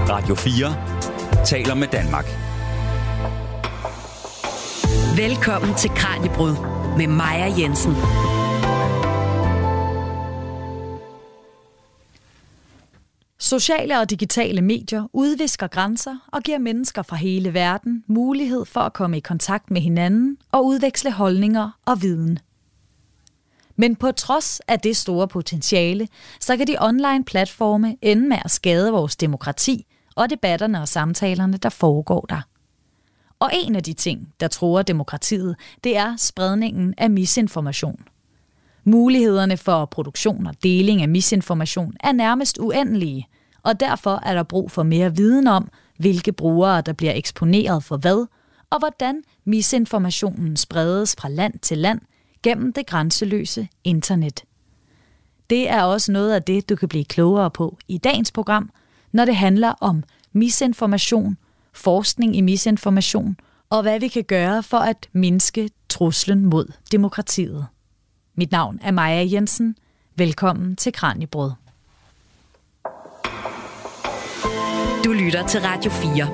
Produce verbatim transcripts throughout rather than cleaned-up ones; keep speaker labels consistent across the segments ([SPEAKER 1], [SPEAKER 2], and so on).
[SPEAKER 1] Radio fire taler med Danmark.
[SPEAKER 2] Velkommen til Kraniebrud med Maja Jensen.
[SPEAKER 3] Sociale og digitale medier udvisker grænser og giver mennesker fra hele verden mulighed for at komme i kontakt med hinanden og udveksle holdninger og viden. Men på trods af det store potentiale, så kan de online platforme ende med at skade vores demokrati og debatterne og samtalerne, der foregår der. Og en af de ting, der truer demokratiet, det er spredningen af misinformation. Mulighederne for produktion og deling af misinformation er nærmest uendelige, og derfor er der brug for mere viden om, hvilke brugere der bliver eksponeret for hvad, og hvordan misinformationen spredes fra land til land gennem det grænseløse internet. Det er også noget af det, du kan blive klogere på i dagens program, når det handler om misinformation, forskning i misinformation og hvad vi kan gøre for at mindske truslen mod demokratiet. Mit navn er Maja Jensen. Velkommen til Kraniebrud.
[SPEAKER 2] Du lytter til Radio fire.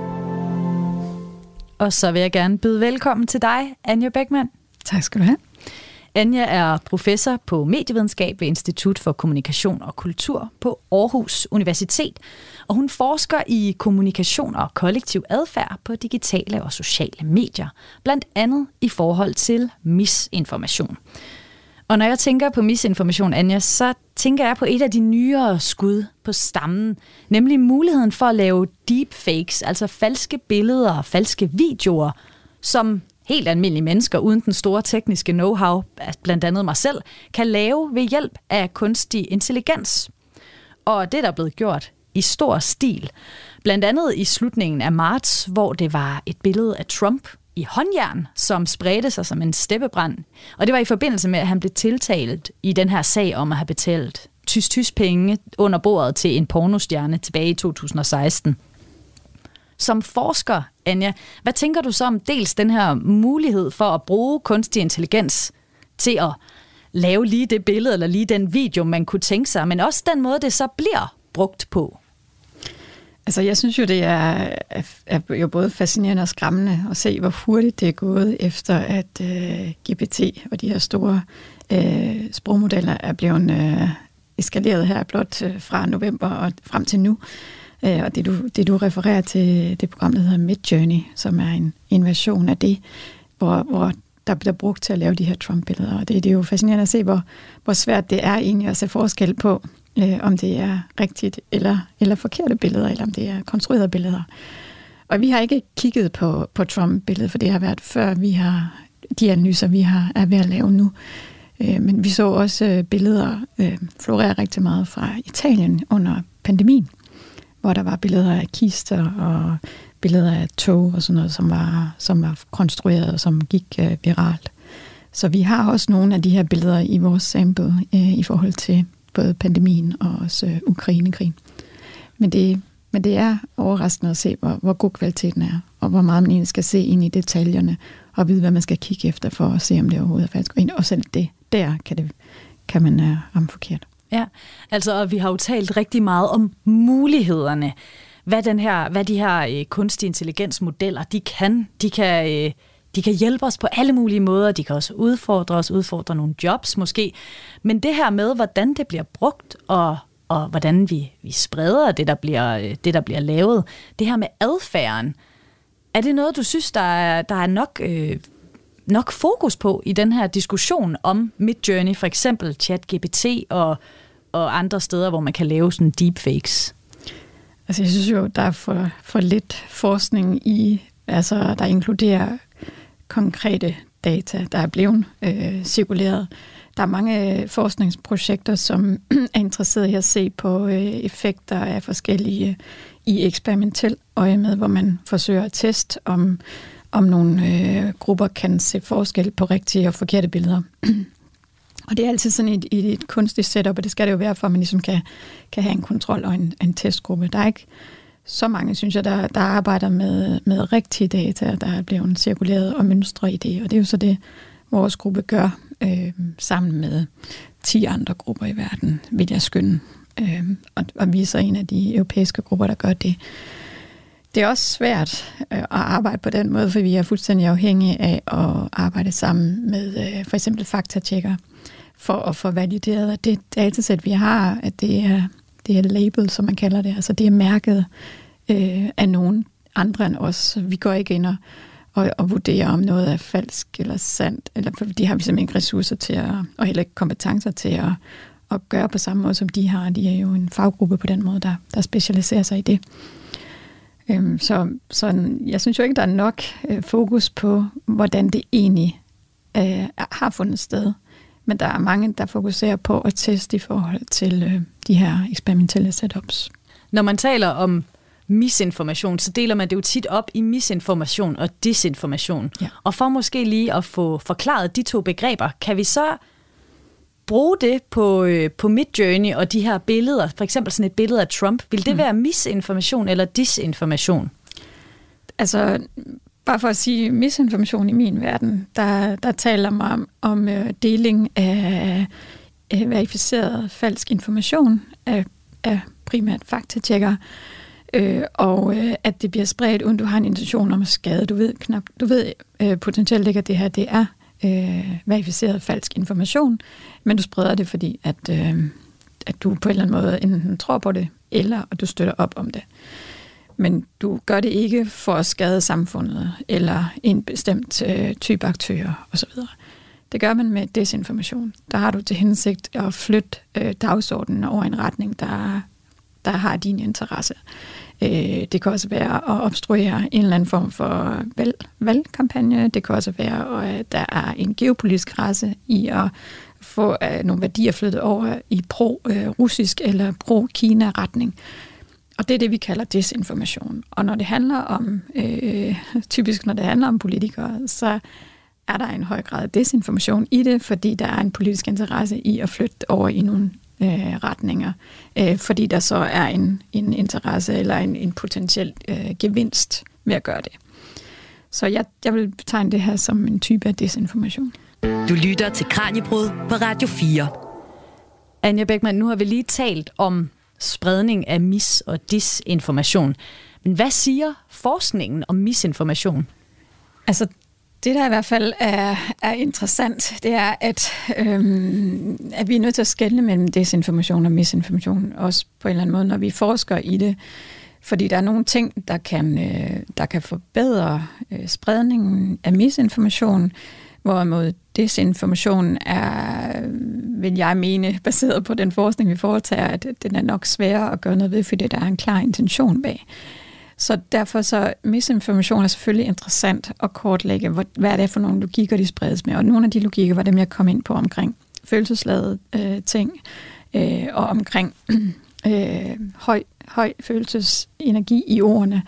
[SPEAKER 3] Og så vil jeg gerne byde velkommen til dig, Anja Beckmann.
[SPEAKER 4] Tak skal du have.
[SPEAKER 3] Anja er professor på medievidenskab ved Institut for Kommunikation og Kultur på Aarhus Universitet, og hun forsker i kommunikation og kollektiv adfærd på digitale og sociale medier, blandt andet i forhold til misinformation. Og når jeg tænker på misinformation, Anja, så tænker jeg på et af de nyere skud på stammen, nemlig muligheden for at lave deepfakes, altså falske billeder og falske videoer, som helt almindelige mennesker uden den store tekniske know-how, blandt andet mig selv, kan lave ved hjælp af kunstig intelligens. Og det er der blevet gjort i stor stil. Blandt andet i slutningen af marts, hvor det var et billede af Trump i håndjern, som spredte sig som en steppebrand. Og det var i forbindelse med, at han blev tiltalt i den her sag om at have betalt tysk-tysk penge under bordet til en pornostjerne tilbage i to tusind og seksten. Som forsker, Anja, hvad tænker du så om dels den her mulighed for at bruge kunstig intelligens til at lave lige det billede eller lige den video, man kunne tænke sig, men også den måde, det så bliver brugt på?
[SPEAKER 4] Altså, jeg synes jo, det er, er jo både fascinerende og skræmmende at se, hvor hurtigt det er gået efter, at øh, G P T og de her store øh, sprogmodeller er blevet øh, eskaleret her blot øh, fra november og frem til nu. Øh, og det du, det, du refererer til, det program, der hedder Midjourney, som er en, en version af det, hvor, hvor der bliver brugt til at lave de her Trump-billeder. Og det, det er jo fascinerende at se, hvor, hvor svært det er egentlig at se forskel på, Øh, om det er rigtigt eller, eller forkerte billeder, eller om det er konstruerede billeder. Og vi har ikke kigget på, på Trump-billedet, for det har været før vi har de analyser, vi har, er ved at lave nu. Øh, men vi så også øh, billeder øh, florere rigtig meget fra Italien under pandemien, hvor der var billeder af kister og billeder af tog og sådan noget, som var, som var konstrueret og som gik øh, viralt. Så vi har også nogle af de her billeder i vores sample øh, i forhold til både pandemien og også øh, Ukraine-krigen. Men det, men det er overraskende at se, hvor, hvor god kvaliteten er, og hvor meget man egentlig skal se ind i detaljerne, og vide, hvad man skal kigge efter, for at se, om det overhovedet er falsk. Og selv det, der kan, det, kan man øh, ramme forkert.
[SPEAKER 3] Ja, altså vi har jo talt rigtig meget om mulighederne. Hvad, den her, hvad de her øh, kunstige intelligensmodeller, de kan. De kan... Øh, De kan hjælpe os på alle mulige måder. De kan også udfordre os, udfordre nogle jobs måske. Men det her med, hvordan det bliver brugt, og, og hvordan vi, vi spreder det der, bliver, det, der bliver lavet, det her med adfærden, er det noget, du synes, der er, der er nok, øh, nok fokus på i den her diskussion om Midjourney, for eksempel ChatGPT og, og andre steder, hvor man kan lave sådan deepfakes?
[SPEAKER 4] Altså, jeg synes jo, der er for, for lidt forskning i, altså, der inkluderer konkrete data, der er blevet øh, cirkuleret. Der er mange forskningsprojekter, som er interesseret i at se på øh, effekter af forskellige i eksperimentel øje med, hvor man forsøger at teste, om, om nogle øh, grupper kan se forskel på rigtige og forkerte billeder. Og det er altid sådan et, et, et kunstigt setup, og det skal det jo være, for at man ligesom kan, kan have en kontrol og en, en testgruppe. Der er ikke så mange, synes jeg, der, der arbejder med, med rigtige data, der er blevet cirkuleret og mønstre i det, og det er jo så det, vores gruppe gør øh, sammen med ti andre grupper i verden, vil jeg skynde. Øh, og, og vi er så en af de europæiske grupper, der gør det. Det er også svært øh, at arbejde på den måde, for vi er fuldstændig afhængige af at arbejde sammen med øh, for eksempel faktatjekker, for at få valideret, at det datasæt, vi har, at det er, det er label, som man kalder det. Altså det er mærket øh, af nogen andre end os. Vi går ikke ind og, og, og vurderer, om noget er falsk eller sandt, eller for det har vi simpelthen ikke ressourcer til, at, og heller ikke kompetencer til at, at gøre på samme måde, som de har. De er jo en faggruppe på den måde, der, der specialiserer sig i det. Øhm, så, så jeg synes jo ikke, der er nok øh, fokus på, hvordan det egentlig øh, har fundet sted. Men der er mange, der fokuserer på at teste i forhold til øh, de her eksperimentelle setups.
[SPEAKER 3] Når man taler om misinformation, så deler man det jo tit op i misinformation og disinformation. Ja. Og for måske lige at få forklaret de to begreber, kan vi så bruge det på, øh, på Midjourney og de her billeder, for eksempel sådan et billede af Trump. Vil det mm. være misinformation eller disinformation?
[SPEAKER 4] Altså, bare for at sige misinformation i min verden, der, der taler man om, om øh, deling af øh, verificeret falsk information af, af primært faktatjekker, øh, og øh, at det bliver spredt, uden du har en intention om at skade. Du ved knap, du ved øh, potentielt ikke, at det her det er øh, verificeret falsk information, men du spreder det, fordi at, øh, at du på en eller anden måde enten tror på det, eller at du støtter op om det. Men du gør det ikke for at skade samfundet, eller en bestemt øh, type aktører osv. Det gør man med desinformation. Der har du til hensigt at flytte øh, dagsordenen over en retning, der, der har din interesse. Øh, det kan også være at obstruere en eller anden form for valg, valgkampagne. Det kan også være, at der er en geopolitisk race i at få øh, nogle værdier flyttet over i pro-russisk eller pro-Kina-retning. Og det er det, vi kalder desinformation. Og når det handler om, øh, typisk når det handler om politikere, så er der en høj grad af desinformation i det, fordi der er en politisk interesse i at flytte over i nogle øh, retninger, øh, fordi der så er en, en interesse eller en, en potentiel øh, gevinst ved at gøre det. Så jeg, jeg vil betegne det her som en type af desinformation.
[SPEAKER 2] Du lytter til Kraniebrud på Radio fire.
[SPEAKER 3] Anja Beckmann, nu har vi lige talt om spredning af mis- og disinformation. Men hvad siger forskningen om misinformation?
[SPEAKER 4] Altså, det der i hvert fald er, er interessant, det er, at, øhm, at vi er nødt til at skelne mellem desinformation og misinformation, også på en eller anden måde, når vi forsker i det. Fordi der er nogle ting, der kan, øh, der kan forbedre øh, spredningen af misinformation, hvorimod desinformation er, vil jeg mene, baseret på den forskning, vi foretager, at den er nok sværere at gøre noget ved, fordi der er en klar intention bag. Så derfor så misinformation er selvfølgelig interessant at kortlægge, hvad er det for nogle logikker, de spredes med. Og nogle af de logikker var dem, jeg kom ind på omkring følelsesladede øh, ting, øh, og omkring øh, høj, høj følelsesenergi i ordene.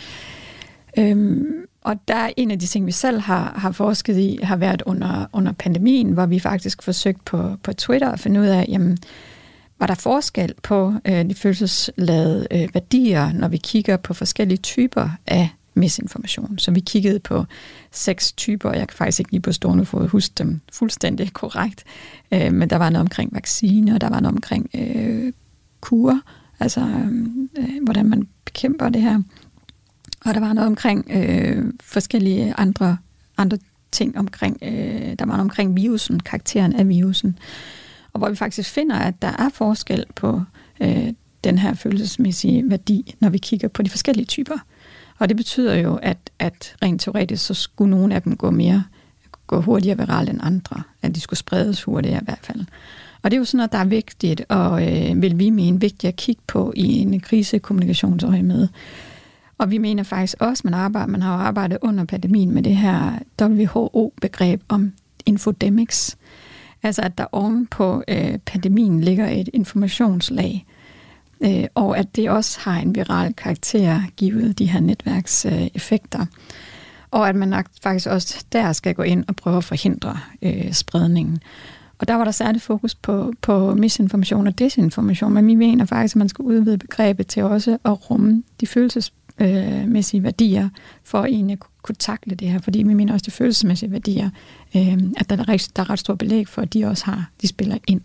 [SPEAKER 4] Øhm, og der er en af de ting, vi selv har, har forsket i, har været under, under pandemien, hvor vi faktisk forsøgt på, på Twitter at finde ud af, jamen, var der forskel på øh, de følelsesladede øh, værdier, når vi kigger på forskellige typer af misinformation. Så vi kiggede på seks typer, og jeg kan faktisk ikke lige på stående fod huske dem fuldstændig korrekt, øh, men der var noget omkring vacciner, der var noget omkring øh, kur, altså øh, hvordan man bekæmper det her. Og der var noget omkring øh, forskellige andre, andre ting omkring, øh, der var noget omkring virusen, karakteren af virusen. Og hvor vi faktisk finder, at der er forskel på øh, den her følelsesmæssige værdi, når vi kigger på de forskellige typer. Og det betyder jo, at, at rent teoretisk, så skulle nogle af dem gå mere, gå hurtigere viralt end andre. At de skulle spredes hurtigere i hvert fald. Og det er jo sådan noget, der er vigtigt, og øh, vil vi mene vigtigt at kigge på i en krisekommunikationsøje med. Og vi mener faktisk også, man arbejder, man har jo arbejdet under pandemien med det her W H O-begreb om infodemics. Altså at der oven på øh, pandemien ligger et informationslag, øh, og at det også har en viral karakter, givet de her netværkseffekter. Øh, og at man faktisk også der skal gå ind og prøve at forhindre øh, spredningen. Og der var der særligt fokus på, på misinformation og desinformation, men vi mener faktisk, at man skal udvide begrebet til også at rumme de følelsesmæssige værdier, for at egentlig kunne takle det her, fordi vi mener også de følelsesmæssige værdier, øh, at der er, ret, der er ret stor belæg for, at de også har, de spiller ind.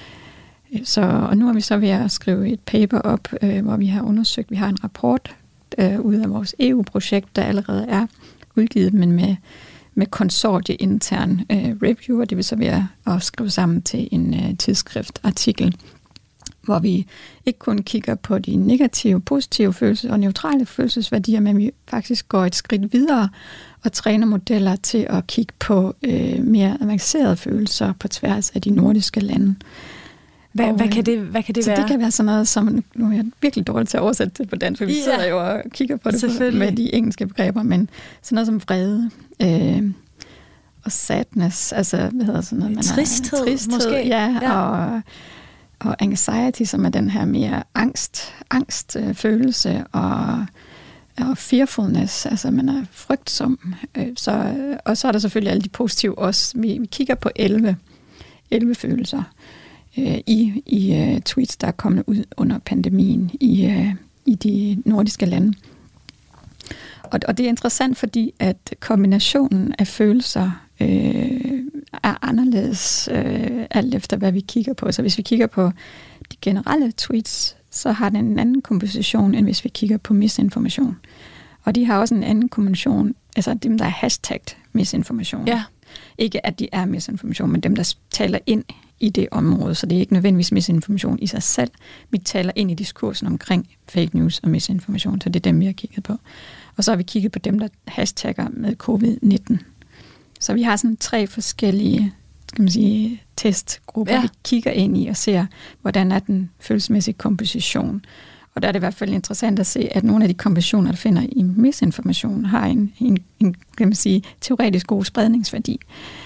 [SPEAKER 4] Så, og nu er vi så ved at skrive et paper op, øh, hvor vi har undersøgt, vi har en rapport, øh, ud af vores E U-projekt, der allerede er udgivet, men med, med konsortie-intern øh, review, og det vil så være at skrive sammen til en øh, tidsskriftartikel, hvor vi ikke kun kigger på de negative, positive følelser og neutrale følelsesværdier, men vi faktisk går et skridt videre og træner modeller til at kigge på øh, mere avancerede følelser på tværs af de nordiske lande.
[SPEAKER 3] Hvad,
[SPEAKER 4] og,
[SPEAKER 3] hvad, kan, det, hvad kan det
[SPEAKER 4] så
[SPEAKER 3] være?
[SPEAKER 4] Så det kan være sådan noget som, nu er jeg virkelig dårlig til at oversætte det på dansk, for vi sidder ja, jo og kigger på det med de engelske begreber, men sådan noget som vrede øh, og sadness, altså hvad hedder sådan noget? Man
[SPEAKER 3] tristhed,
[SPEAKER 4] er, tristhed
[SPEAKER 3] måske?
[SPEAKER 4] Ja,
[SPEAKER 3] ja.
[SPEAKER 4] og, og anxiety, som er den her mere angst, angstfølelse, øh, og og fearfulness, altså man er frygtsom. Så, og så er der selvfølgelig alle de positive også. Vi, vi kigger på elleve, elleve følelser øh, i, i uh, tweets, der er kommet ud under pandemien i, uh, i de nordiske lande. Og, og det er interessant, fordi at kombinationen af følelser øh, er anderledes, øh, alt efter hvad vi kigger på. Så hvis vi kigger på de generelle tweets, så har den en anden komposition, end hvis vi kigger på misinformation. Og de har også en anden komposition, altså dem, der er hashtagt misinformation.
[SPEAKER 3] Ja.
[SPEAKER 4] Ikke at de er misinformation, men dem, der taler ind i det område. Så det er ikke nødvendigvis misinformation i sig selv. Vi taler ind i diskursen omkring fake news og misinformation, så det er dem, vi har kigget på. Og så har vi kigget på dem, der hashtagger med covid nitten. Så vi har sådan tre forskellige, skal man sige, testgrupper, ja. Vi kigger ind i og ser, hvordan er den følelsesmæssige komposition. Og der er det i hvert fald interessant at se, at nogle af de kompositioner, der finder i misinformation, har en, en, en kan man sige, teoretisk god spredningsværdi.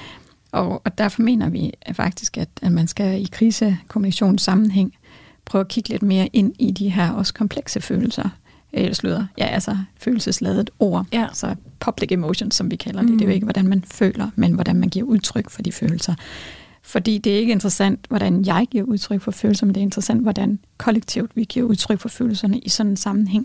[SPEAKER 4] Og, og derfor mener vi at faktisk, at, at man skal i krisekommunikationssammenhæng prøve at kigge lidt mere ind i de her også komplekse følelser. Eller sløder, ja, altså følelsesladet ord.
[SPEAKER 3] Ja.
[SPEAKER 4] Så public emotions, som vi kalder det. Mm. Det er jo ikke, hvordan man føler, men hvordan man giver udtryk for de følelser. Fordi det er ikke interessant, hvordan jeg giver udtryk for følelser, men det er interessant, hvordan kollektivt vi giver udtryk for følelserne i sådan en sammenhæng.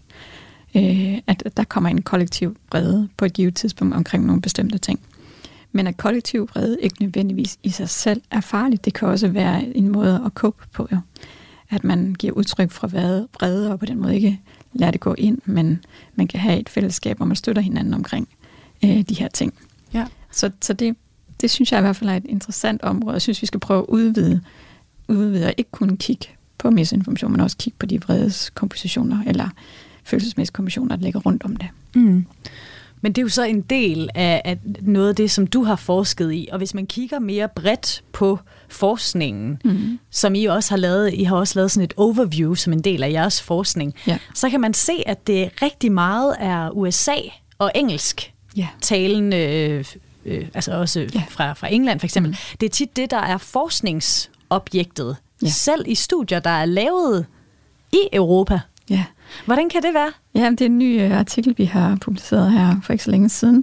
[SPEAKER 4] Øh, at der kommer en kollektiv vrede på et givet tidspunkt omkring nogle bestemte ting. Men at kollektiv vrede ikke nødvendigvis i sig selv er farligt. Det kan også være en måde at cope på, jo. At man giver udtryk for vrede, og på den måde ikke lader det gå ind, men man kan have et fællesskab, hvor man støtter hinanden omkring øh, de her ting.
[SPEAKER 3] Ja.
[SPEAKER 4] Så, så det, det synes jeg i hvert fald er et interessant område. Jeg synes, vi skal prøve at udvide, udvide og ikke kun kigge på misinformation, men også kigge på de vredes kompositioner, eller følelsesmæssige kompositioner, der ligger rundt om det.
[SPEAKER 3] Mm. Men det er jo så en del af, af noget af det, som du har forsket i. Og hvis man kigger mere bredt på forskningen, mm. som I også har lavet, I har også lavet sådan et overview som en del af jeres forskning, ja. Så kan man se, at det rigtig meget er U S A og engelsk ja. talende, øh, øh, altså også ja. fra, fra England for eksempel. Mm. Det er tit det, der er forskningsobjektet, ja. selv i studier, der er lavet i Europa.
[SPEAKER 4] Ja.
[SPEAKER 3] Hvordan kan det være?
[SPEAKER 4] Ja, det er en ny artikel, vi har publiceret her for ikke så længe siden,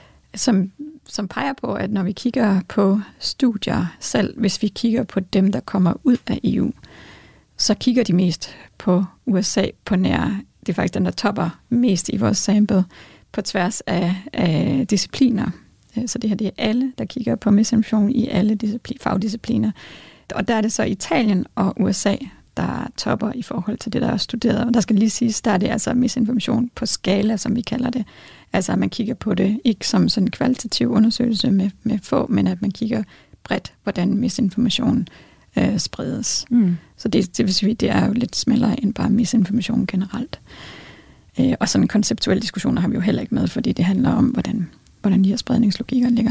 [SPEAKER 4] som, som peger på, at når vi kigger på studier selv, hvis vi kigger på dem, der kommer ud af E U, så kigger de mest på U S A på nær, det er faktisk den, der topper mest i vores sample, på tværs af, af discipliner. Så det her, det er alle, der kigger på misinformation i alle fagdiscipliner. Og der er det så Italien og U S A, der topper i forhold til det, der er studeret. Og der skal lige siges, der er det altså misinformation på skala, som vi kalder det. Altså at man kigger på det ikke som sådan en kvalitativ undersøgelse med, med få, men at man kigger bredt, hvordan misinformation øh, spredes. Mm. Så det, det vil sige, det er jo lidt smallere end bare misinformation generelt. Øh, og sådan konceptuelle diskussioner har vi jo heller ikke med, fordi det handler om, hvordan, hvordan de her spredningslogikker ligger.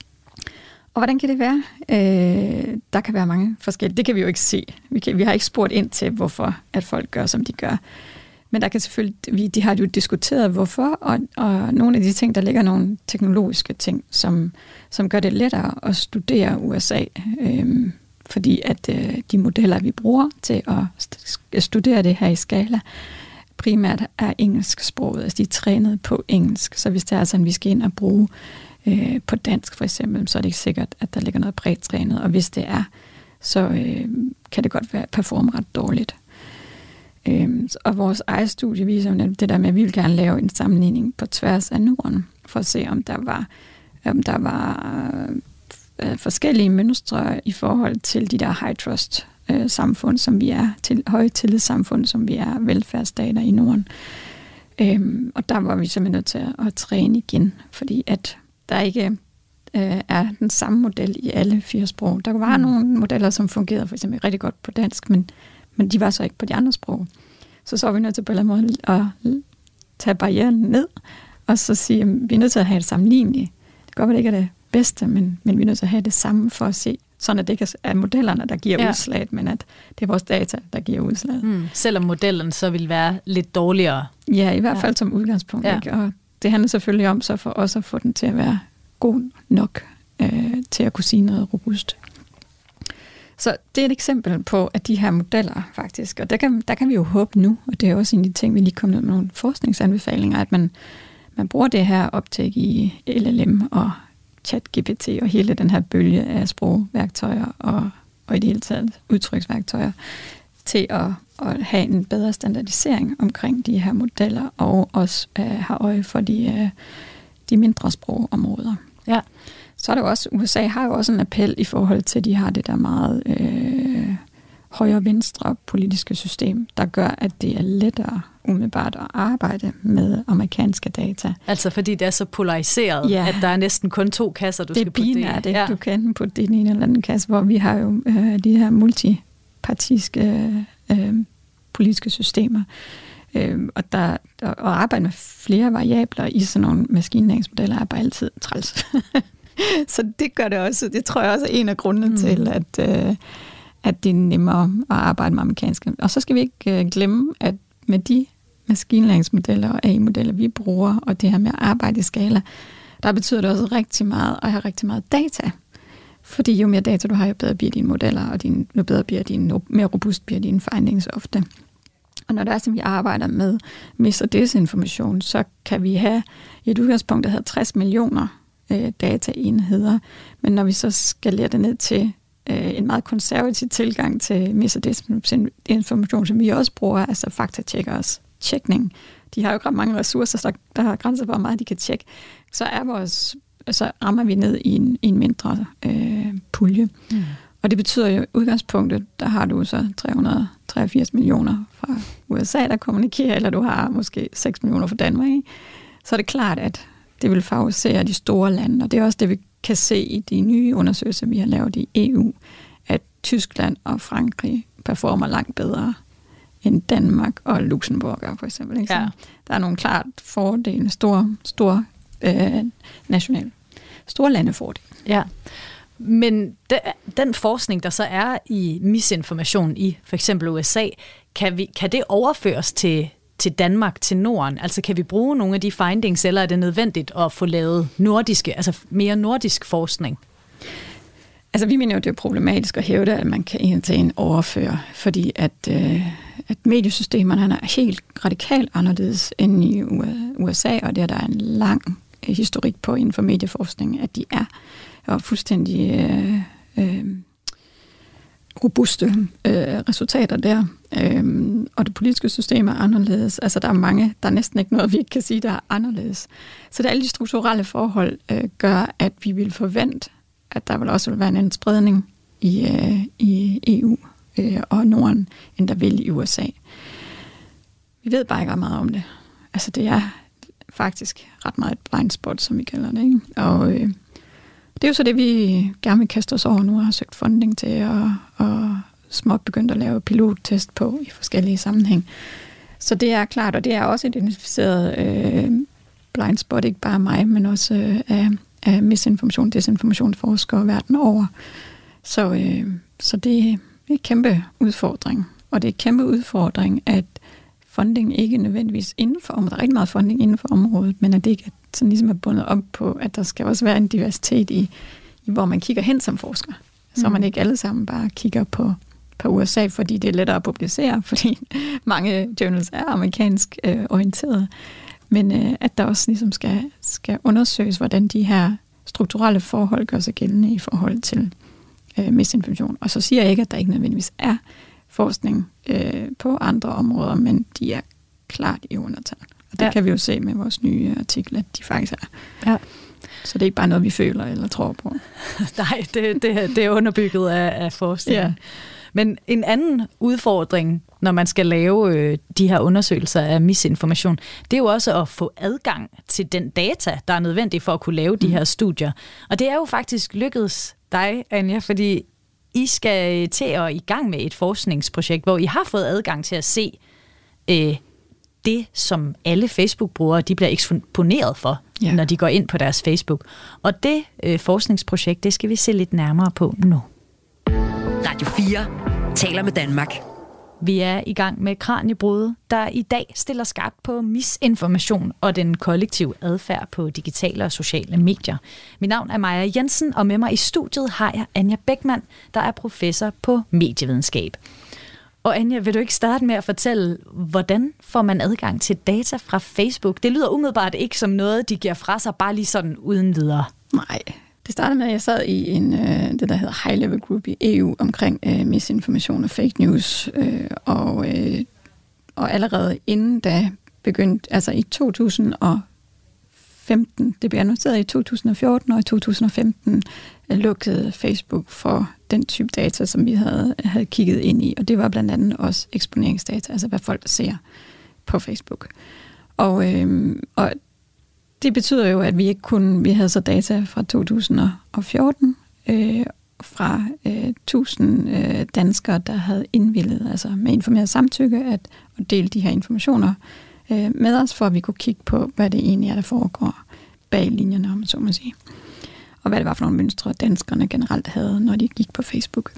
[SPEAKER 4] Og hvordan kan det være? Øh, der kan være mange forskellige. Det kan vi jo ikke se. Vi, kan, vi har ikke spurgt ind til, hvorfor at folk gør, som de gør. Men der kan selvfølgelig, vi, de har jo diskuteret, hvorfor, og, og nogle af de ting, der ligger nogle teknologiske ting, som, som gør det lettere at studere U S A. Øh, fordi at øh, de modeller, vi bruger til at studere det her i skala, primært er engelsksproget. Altså de er trænet på engelsk. Så hvis det er sådan, vi skal ind og bruge Øh, på dansk for eksempel, så er det ikke sikkert, at der ligger noget bredt trænet, og hvis det er, så øh, kan det godt være performe ret dårligt. Øh, og vores eget studie viser det der med, at vi vil gerne lave en sammenligning på tværs af Norden, for at se, om der var, om der var øh, forskellige mønstre i forhold til de der high trust øh, samfund, som vi er, til høje tillidssamfund, som vi er velfærdsstater i Norden. Øhm, og der var vi simpelthen nødt til at, at træne igen, fordi at der ikke øh, er den samme model i alle fire sprog. Der var mm. nogle modeller, som fungerede for eksempel rigtig godt på dansk, men, men de var så ikke på de andre sprog. Så så var vi nødt til på en eller anden måde at tage barrieren ned, og så sige, at vi er nødt til at have det sammenligneligt. Det kan godt være, det ikke er det bedste, men, men vi er nødt til at have det samme for at se, sådan at det ikke er modellerne, der giver ja. udslaget, men at det er vores data, der giver udslaget.
[SPEAKER 3] Mm. Selvom modellen så vil være lidt dårligere.
[SPEAKER 4] Ja, i hvert fald ja. som udgangspunkt. Ja. Ikke? Og det handler selvfølgelig om så for os at få den til at være god nok øh, til at kunne sige noget robust. Så det er et eksempel på, at de her modeller faktisk, og der kan, der kan vi jo håbe nu, og det er også en af de ting, vi lige kom ned med nogle forskningsanbefalinger, at man, man bruger det her optag i L L M og ChatGPT og hele den her bølge af sprogværktøjer og, og i det hele taget udtryksværktøjer til at, at have en bedre standardisering omkring de her modeller og også uh, have øje for de, uh, de mindre sprogområder.
[SPEAKER 3] Ja.
[SPEAKER 4] Så er det jo også, U S A har jo også en appel i forhold til, at de har det der meget øh, højre-venstre politiske system, der gør, at det er lettere umiddelbart at arbejde med amerikanske data.
[SPEAKER 3] Altså fordi det er så polariseret, ja. At der er næsten kun to kasser, du
[SPEAKER 4] det
[SPEAKER 3] skal putte det i.
[SPEAKER 4] Det er binært, ja. Du kan putte det i en eller anden kasse, hvor vi har jo øh, de her multipartiske øh, politiske systemer. Øh, og, der, der, at arbejde med flere variabler i sådan nogle maskinlæringsmodeller er bare altid træls. Så det gør det også. Det tror jeg også er en af grundene mm. til, at, øh, at det er nemmere at arbejde med amerikanske. Og så skal vi ikke øh, glemme, at med de maskinlæringsmodeller og A I-modeller, vi bruger, og det her med at arbejde i skala, der betyder det også rigtig meget at have rigtig meget data. Fordi jo mere data du har, jo bedre bliver dine modeller, og din, jo bedre bliver dine, mere robust bliver dine findings ofte. Og når der er, som vi arbejder med mis- og desinformation, så kan vi have et udgangspunkt, der hedder tres millioner øh, dataenheder. Men når vi så skal lære det ned til øh, en meget konservativ tilgang til mis- og desinformation, som vi også bruger, altså faktatjekkers tjekning. De har jo ret mange ressourcer, der, der har grænser for, hvor meget de kan tjekke. Så, er vores, så rammer vi ned i en, i en mindre øh, pulje. Mm. Og det betyder jo, udgangspunktet, der har du så tre hundrede og treogfirs millioner fra U S A, der kommunikerer, eller du har måske seks millioner fra Danmark. Ikke? Så er det klart, at det vil favorisere de store lande, og det er også det, vi kan se i de nye undersøgelser, vi har lavet i E U, at Tyskland og Frankrig performer langt bedre end Danmark og Luxembourg, for eksempel. Ikke? Ja. Der er nogle klart fordele, store, store øh, nationale, store landefordele.
[SPEAKER 3] Ja. Men de, den forskning, der så er i misinformation i for eksempel U S A, kan, vi, kan det overføres til, til Danmark, til Norden? Altså kan vi bruge nogle af de findings, eller er det nødvendigt at få lavet nordiske, altså mere nordisk forskning?
[SPEAKER 4] Altså vi mener jo, det er problematisk at hævde, at man kan en til en overføre, fordi at, øh, at mediesystemerne er helt radikalt anderledes end i U S A, og det er der er en lang historik på inden for medieforskning, at de er og fuldstændig øh, øh, robuste øh, resultater der. Øh, og det politiske system er anderledes. Altså der er mange, der er næsten ikke noget, vi ikke kan sige, der er anderledes. Så det alle de strukturelle forhold øh, gør, at vi vil forvente, at der vil også vil være en anden spredning i, øh, i E U øh, og Norden, end der vil i U S A. Vi ved bare ikke ret meget om det. Altså det er faktisk ret meget et blind spot, som vi kalder det. Ikke? Og øh, det er jo så det, vi gerne vil kaste os over nu og har søgt funding til, og, og småt begyndt at lave pilottest på i forskellige sammenhæng. Så det er klart, og det er også identificeret øh, blind spot, ikke bare mig, men også øh, af, af misinformation, desinformationsforskere verden over. Så, øh, så det er en kæmpe udfordring. Og det er en kæmpe udfordring, at funding ikke nødvendigvis inden for området. Der er rigtig meget funding inden for området, men at det ikke er, sådan ligesom er bundet op på, at der skal også være en diversitet i, i hvor man kigger hen som forsker. Så mm. man ikke alle sammen bare kigger på, på U S A, fordi det er lettere at publicere, fordi mange journals er amerikansk øh, orienteret. Men øh, at der også ligesom skal, skal undersøges, hvordan de her strukturelle forhold gør sig gældende i forhold til øh, misinformation. Og så siger jeg ikke, at der ikke nødvendigvis er forskning øh, på andre områder, men de er klart i undertal. Og det ja. kan vi jo se med vores nye artikel, at de faktisk er. Ja. Så det er ikke bare noget, vi føler eller tror på.
[SPEAKER 3] Nej, det, det, det er underbygget af, af forskning. Ja. Men en anden udfordring når man skal lave øh, de her undersøgelser af misinformation, det er jo også at få adgang til den data, der er nødvendig for at kunne lave de her studier. Og det er jo faktisk lykkedes dig, Anja, fordi I skal til at i gang med et forskningsprojekt, hvor I har fået adgang til at se øh, det, som alle Facebook-brugere de bliver eksponeret for, ja. Når de går ind på deres Facebook. Og det øh, forskningsprojekt, det skal vi se lidt nærmere på nu.
[SPEAKER 2] Radio fire taler med Danmark.
[SPEAKER 3] Vi er i gang med Kraniebrud, der i dag stiller skarpt på misinformation og den kollektive adfærd på digitale og sociale medier. Mit navn er Maja Jensen, og med mig i studiet har jeg Anja Beckmann, der er professor på medievidenskab. Og Anja, vil du ikke starte med at fortælle, hvordan får man adgang til data fra Facebook? Det lyder umiddelbart ikke som noget, de giver fra sig, bare lige sådan uden videre.
[SPEAKER 4] Nej, det startede med, at jeg sad i en, øh, det, der hedder High Level Group i E U omkring øh, misinformation og fake news. Øh, og, øh, og allerede inden da begyndte, altså i to tusind og femten, det blev annonceret i to tusind og fjorten, og i to tusind og femten øh, lukkede Facebook for den type data, som vi havde, havde kigget ind i. Og det var blandt andet også eksponeringsdata, altså hvad folk ser på Facebook. Og, øh, og det betyder jo, at vi ikke kun, vi havde så data fra to tusind og fjorten, øh, fra øh, tusind øh, danskere, der havde indvillet, altså med informeret samtykke, at, at dele de her informationer øh, med os, for at vi kunne kigge på, hvad det egentlig er, der foregår bag linjerne, om man så må sige. Og hvad det var for nogle mønstre, danskerne generelt havde, når de gik på Facebook.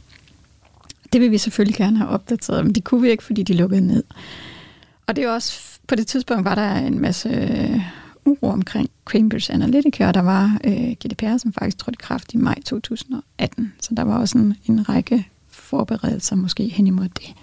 [SPEAKER 4] Det vil vi selvfølgelig gerne have opdateret, men det kunne vi ikke, fordi de lukkede ned. Og det er også, på det tidspunkt var der en masse øh, uro omkring Cambridge Analytica, og der var øh, G D P R, som faktisk trådte i kraft i maj to tusind og atten. Så der var også en, en række forberedelser måske hen imod det.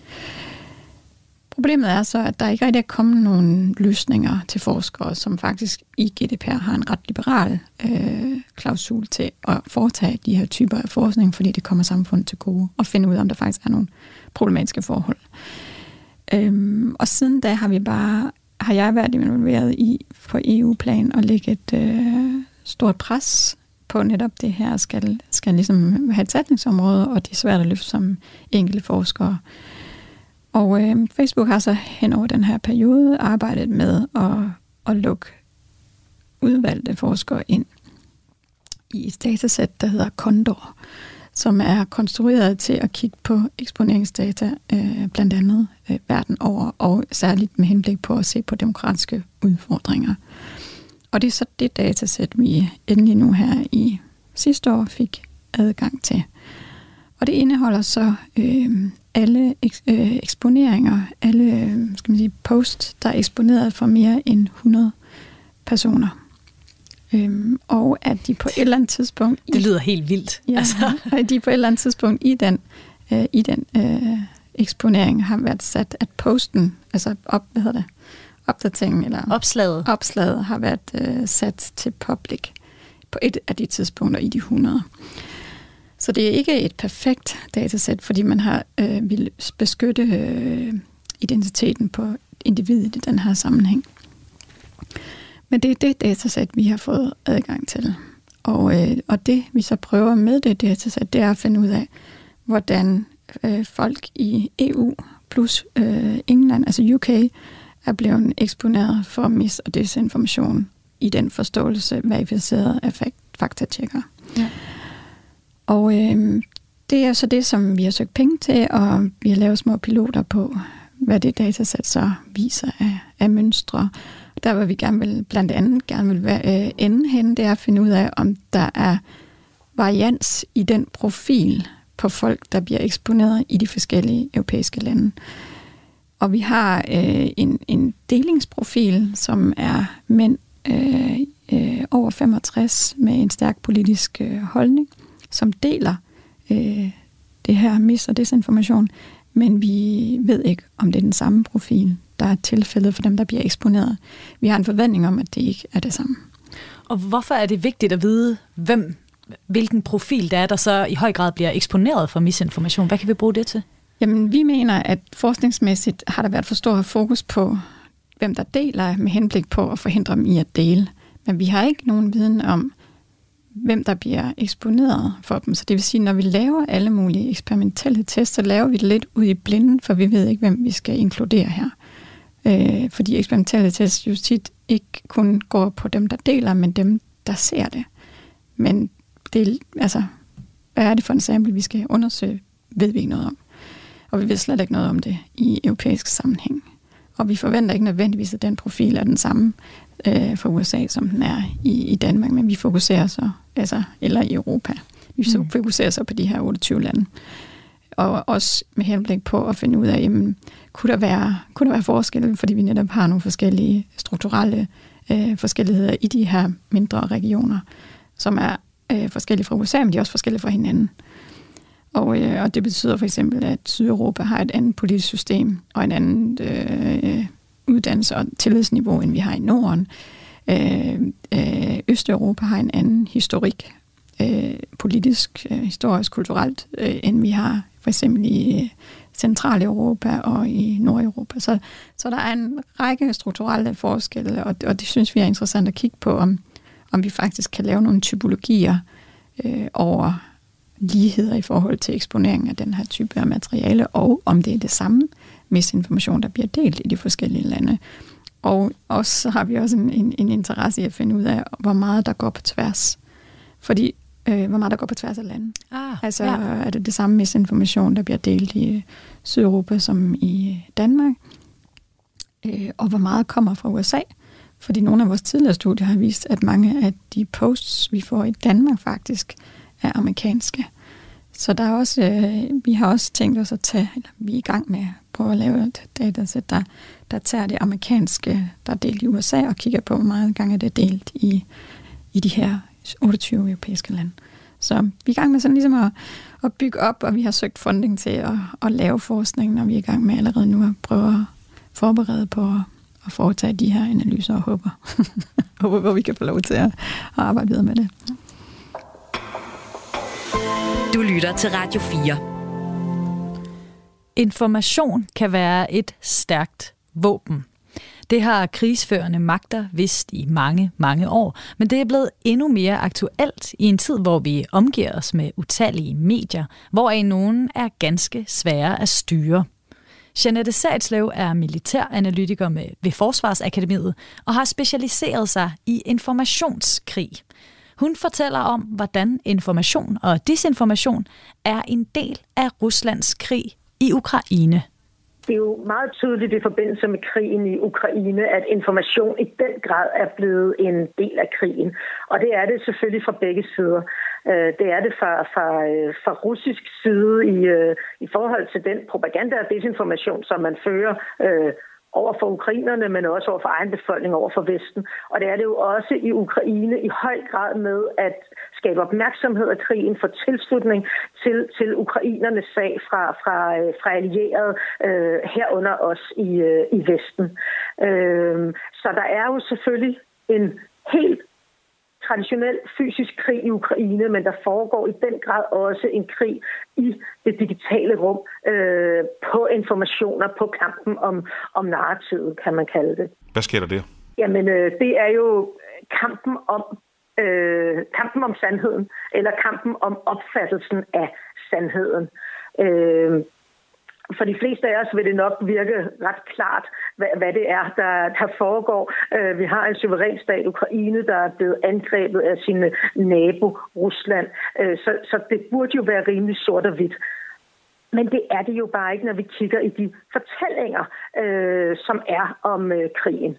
[SPEAKER 4] Problemet er så, at der ikke rigtig er kommet nogle løsninger til forskere, som faktisk i G D P R har en ret liberal øh, klausul til at foretage de her typer af forskning, fordi det kommer samfundet til gode, og finde ud af, om der faktisk er nogle problematiske forhold. Øhm, og siden da har vi bare, har jeg været involveret i på E U-plan og lægge et øh, stort pres på netop det her, skal, skal ligesom have et satsningsområde, og det er svært at løfte som enkelte forskere. Og øh, Facebook har så hen over den her periode arbejdet med at, at lukke udvalgte forskere ind i et datasæt, der hedder Condor, som er konstrueret til at kigge på eksponeringsdata, øh, blandt andet øh, verden over, og særligt med henblik på at se på demokratiske udfordringer. Og det er så det datasæt, vi endelig nu her i sidste år fik adgang til. Og det indeholder så øh, alle eks- øh, eksponeringer, alle skal man sige, posts, der er eksponeret for mere end hundrede personer. Øhm, og at de på et eller andet tidspunkt...
[SPEAKER 3] Det lyder helt vildt.
[SPEAKER 4] Ja, altså. At de på et eller andet tidspunkt i den, øh, i den øh, eksponering har været sat, at posten, altså op, hvad hedder det, opdateringen, eller
[SPEAKER 3] opslaget,
[SPEAKER 4] opslaget har været øh, sat til public på et af de tidspunkter i de hundrede. Så det er ikke et perfekt datasæt, fordi man har øh, vil beskytte øh, identiteten på individet i den her sammenhæng. Men det er det datasæt, vi har fået adgang til. Og, øh, og det, vi så prøver med det datasæt, det er at finde ud af, hvordan øh, folk i E U plus øh, England, altså U K, er blevet eksponeret for mis- og desinformation i den forståelse, verificeret af faktatjekker. Ja. Og øh, det er så det, som vi har søgt penge til, og vi har lavet små piloter på, hvad det datasæt så viser af, af mønstre. Der hvor vi gerne vil, blandt andet gerne vil være, øh, ende hen, det er at finde ud af, om der er varians i den profil på folk, der bliver eksponeret i de forskellige europæiske lande. Og vi har øh, en, en delingsprofil, som er mænd øh, øh, over femogtres med en stærk politisk øh, holdning, som deler øh, det her mis- og desinformation, men vi ved ikke, om det er den samme profil, der er tilfældet for dem, der bliver eksponeret. Vi har en forventning om, at det ikke er det samme.
[SPEAKER 3] Og hvorfor er det vigtigt at vide, hvem, hvilken profil der er, der så i høj grad bliver eksponeret for misinformation? Hvad kan vi bruge det til?
[SPEAKER 4] Jamen, vi mener, at forskningsmæssigt har der været for stor fokus på, hvem der deler med henblik på at forhindre dem i at dele. Men vi har ikke nogen viden om, hvem der bliver eksponeret for dem. Så det vil sige, når vi laver alle mulige eksperimentelle tests, så laver vi det lidt ud i blinden, for vi ved ikke, hvem vi skal inkludere her. Øh, fordi eksperimentelle tests jo tit ikke kun går på dem, der deler, men dem, der ser det. Men det, altså, hvad er det for en sample, vi skal undersøge, ved vi ikke noget om. Og vi ved slet ikke noget om det i europæisk sammenhæng. Og vi forventer ikke nødvendigvis, at den profil er den samme øh, for U S A, som den er i, i Danmark, men vi fokuserer så, altså, eller i Europa. Vi mm. fokuserer så på de her otteogtyve lande. Og også med henblik på at finde ud af, jamen, kunne der være, kunne der være forskelle, fordi vi netop har nogle forskellige strukturelle øh, forskelligheder i de her mindre regioner, som er øh, forskellige fra U S A, men de er også forskellige fra hinanden. Og, øh, og det betyder for eksempel, at Sydeuropa har et andet politisk system og en anden øh, uddannelse- og tillidsniveau, end vi har i Norden. Øh, øh, Østeuropa har en anden historik, øh, politisk, øh, historisk, kulturelt, øh, end vi har for eksempel i øh, Centraleuropa og i Nordeuropa. Så, så der er en række strukturelle forskelle, og, og det synes vi er interessant at kigge på, om, om vi faktisk kan lave nogle typologier øh, over ligheder i forhold til eksponering af den her type af materiale, og om det er det samme misinformation, der bliver delt i de forskellige lande. Og også har vi også en, en, en interesse i at finde ud af, hvor meget der går på tværs. Fordi, øh, hvor meget der går på tværs af lande. Ah, altså, ja. Er det det samme misinformation, der bliver delt i Sydeuropa som i Danmark? Øh, og hvor meget kommer fra U S A? Fordi nogle af vores tidligere studier har vist, at mange af de posts, vi får i Danmark faktisk, er amerikanske. Så der er også, øh, vi har også tænkt os at tage, eller vi er i gang med at prøve at lave et datasæt, der, der tager det amerikanske, der er delt i U S A, og kigger på, hvor meget gange er det delt i, i de her otteogtyve europæiske lande. Så vi er i gang med sådan ligesom at, at bygge op, og vi har søgt funding til at, at lave forskning, og vi er i gang med allerede nu at prøve at forberede på at, at foretage de her analyser, og håber, håber hvor vi kan få lov til at, at arbejde videre med det.
[SPEAKER 2] Du lytter til Radio fire.
[SPEAKER 3] Information kan være et stærkt våben. Det har krigsførende magter vidst i mange, mange år, men det er blevet endnu mere aktuelt i en tid, hvor vi omgiver os med utallige medier, hvoraf nogen er ganske svære at styre. Jeanette Sadslev er militæranalytiker med, ved Forsvarsakademiet og har specialiseret sig i informationskrig. Hun fortæller om, hvordan information og disinformation er en del af Ruslands krig i Ukraine.
[SPEAKER 5] Det er jo meget tydeligt i forbindelse med krigen i Ukraine, at information i den grad er blevet en del af krigen. Og det er det selvfølgelig fra begge sider. Det er det fra, fra, fra russisk side i, i forhold til den propaganda og desinformation, som man fører over for ukrainerne, men også over for egen befolkning, over for Vesten. Og det er det jo også i Ukraine i høj grad med at skabe opmærksomhed af krigen, for tilslutning til, til ukrainernes sag fra, fra, fra allierede øh, herunder også i, øh, i Vesten. Øh, så der er jo selvfølgelig en helt traditionel fysisk krig i Ukraine, men der foregår i den grad også en krig i det digitale rum øh, på informationer, på kampen om, om narrativet, kan man kalde det.
[SPEAKER 6] Hvad sker der der?
[SPEAKER 5] Jamen, øh, det er jo kampen om, øh, kampen om sandheden, eller kampen om opfattelsen af sandheden. Øh, For de fleste af os vil det nok virke ret klart, hvad, hvad det er, der, der foregår. Vi har en suveræn stat, Ukraine, der er blevet angrebet af sin nabo, Rusland. Så, så det burde jo være rimelig sort og hvidt. Men det er det jo bare ikke, når vi kigger i de fortællinger, øh, som er om øh, krigen.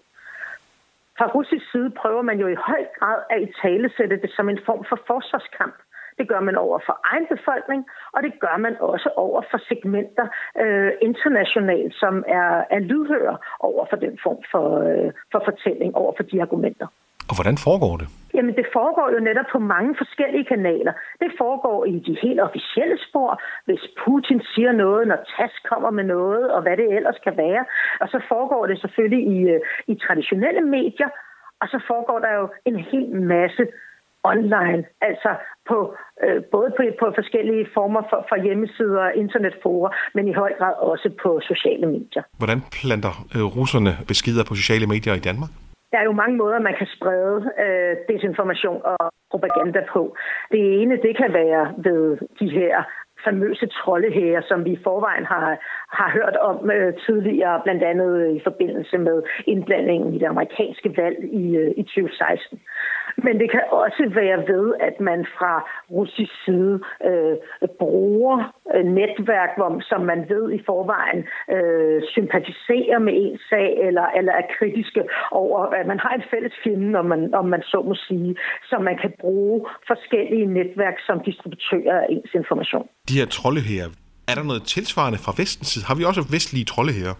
[SPEAKER 5] Fra russisk side prøver man jo i høj grad at italesætte det som en form for forsvarskamp. Det gør man over for egen befolkning, og det gør man også over for segmenter øh, internationalt, som er, er lydhøre over for den form for, øh, for fortælling, over for de argumenter.
[SPEAKER 6] Og hvordan foregår det?
[SPEAKER 5] Jamen, det foregår jo netop på mange forskellige kanaler. Det foregår i de helt officielle spor, hvis Putin siger noget, når Tass kommer med noget, og hvad det ellers kan være. Og så foregår det selvfølgelig i, i traditionelle medier, og så foregår der jo en hel masse online, altså på, øh, både på, på forskellige former for, for hjemmesider og internetforer, men i høj grad også på sociale medier.
[SPEAKER 6] Hvordan planter øh, russerne beskeder på sociale medier i Danmark?
[SPEAKER 5] Der er jo mange måder, man kan sprede øh, desinformation og propaganda på. Det ene, det kan være ved de her famøse troldehære, som vi i forvejen har, har hørt om øh, tidligere, blandt andet øh, i forbindelse med indblandingen i det amerikanske valg i, øh, i tyve seksten. Men det kan også være ved, at man fra russisk side øh, bruger øh, netværk, hvor, som man ved i forvejen øh, sympatiserer med en sag, eller, eller er kritiske over, at man har en fælles fjende, om man, om man så må sige, så man kan bruge forskellige netværk som distributører af ens information.
[SPEAKER 6] De her troldehære, er der noget tilsvarende fra vestens side? Har vi også vestlige troldehære?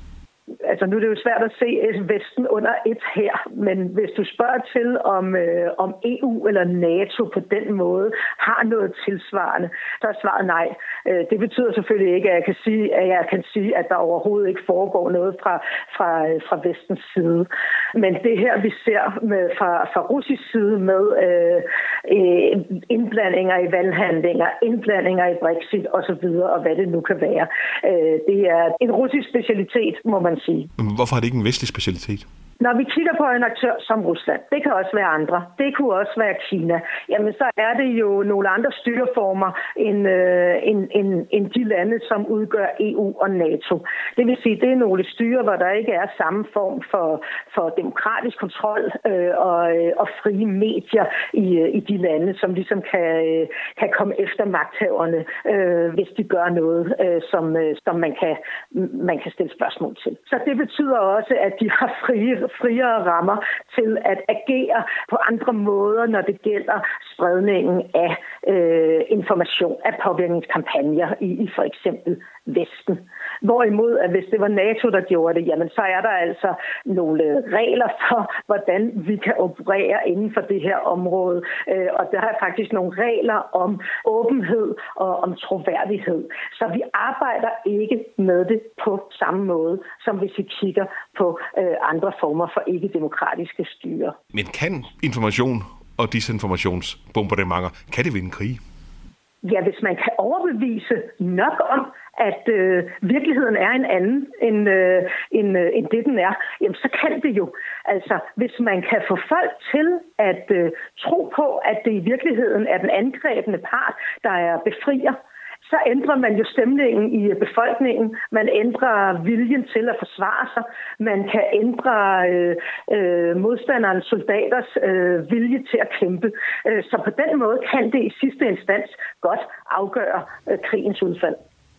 [SPEAKER 5] Altså nu er det jo svært at se Vesten under et her, men hvis du spørger til, om, øh, om E U eller NATO på den måde har noget tilsvarende, så er svaret nej. Øh, det betyder selvfølgelig ikke, at jeg kan sige, at jeg kan sige, at der overhovedet ikke foregår noget fra, fra, fra Vestens side. Men det her, vi ser med, fra, fra russisk side med øh, øh, indblandinger i valghandlinger, indblandinger i Brexit osv., og hvad det nu kan være, øh, det er en russisk specialitet, må man sige.
[SPEAKER 6] Hvorfor er det ikke en vestlig specialitet?
[SPEAKER 5] Når vi kigger på en aktør som Rusland, det kan også være andre, det kunne også være Kina, jamen så er det jo nogle andre styreformer end, øh, end, end, end de lande, som udgør E U og NATO. Det vil sige, det er nogle styre, hvor der ikke er samme form for, for demokratisk kontrol øh, og, og frie medier i, i de lande, som ligesom kan, kan komme efter magthaverne, øh, hvis de gør noget, øh, som, som man, kan, man kan stille spørgsmål til. Så det betyder også, at de har frie friere rammer til at agere på andre måder, når det gælder spredningen af øh, information, af påvirkningskampagner i, i for eksempel Vesten. Hvorimod, at hvis det var NATO, der gjorde det, jamen så er der altså nogle regler for, hvordan vi kan operere inden for det her område. Øh, og der er faktisk nogle regler om åbenhed og om troværdighed. Så vi arbejder ikke med det på samme måde, som hvis vi kigger på øh, andre former for ikke-demokratiske styre.
[SPEAKER 6] Men kan information og disinformationsbombardementer, kan det vinde krig?
[SPEAKER 5] Ja, hvis man kan overbevise nok om, at øh, virkeligheden er en anden, end, øh, end, øh, end det den er, jamen så kan det jo. Altså, hvis man kan få folk til at øh, tro på, at det i virkeligheden er den angrebne part, der er befrier, så ændrer man jo stemningen i befolkningen. Man ændrer viljen til at forsvare sig. Man kan ændre øh, øh, modstanderens soldaters øh, vilje til at kæmpe. Øh, så på den måde kan det i sidste instans godt afgøre øh, krigens udfald.